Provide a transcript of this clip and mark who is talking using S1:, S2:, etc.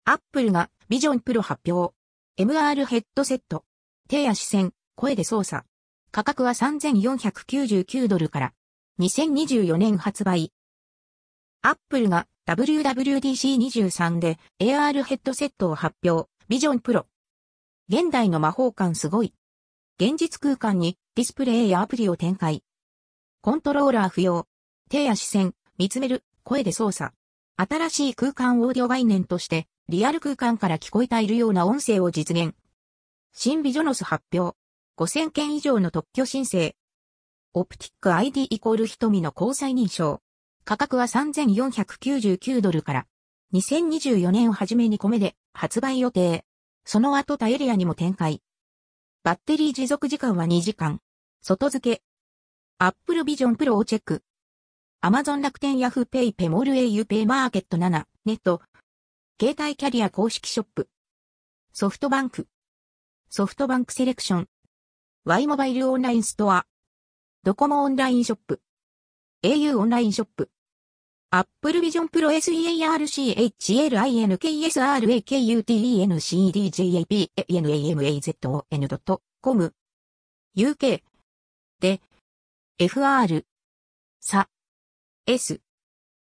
S1: Apple が Vision Pro 発表。MR ヘッドセット。手や視線、声で操作。価格は$3499から。2024年発売。Apple が WWDC23 で AR ヘッドセットを発表。Vision Pro。現代の魔法感すごい。現実空間にディスプレイやアプリを展開。コントローラー不要。手や視線、見つめる、声で操作。新しい空間オーディオ概念として、リアル空間から聞こえているような音声を実現。新ビジョノス発表。5000件以上の特許申請。オプティック ID イコール瞳の交際認証。価格は$3499から。2024年初めに米で発売予定。その後他エリアにも展開。バッテリー持続時間は2時間。外付け。Apple Vision Pro をチェック。Amazon 楽天ヤフーペイペモール au ペイマーケット7ネット。携帯キャリア公式ショップ。ソフトバンクセレクション。Y モバイルオンラインストア。ドコモオンラインショップ。au オンラインショップ。Apple Vision Pro SEARCHLINKSRAKUTENCDJAPANAMAZON.com UK で FR さ S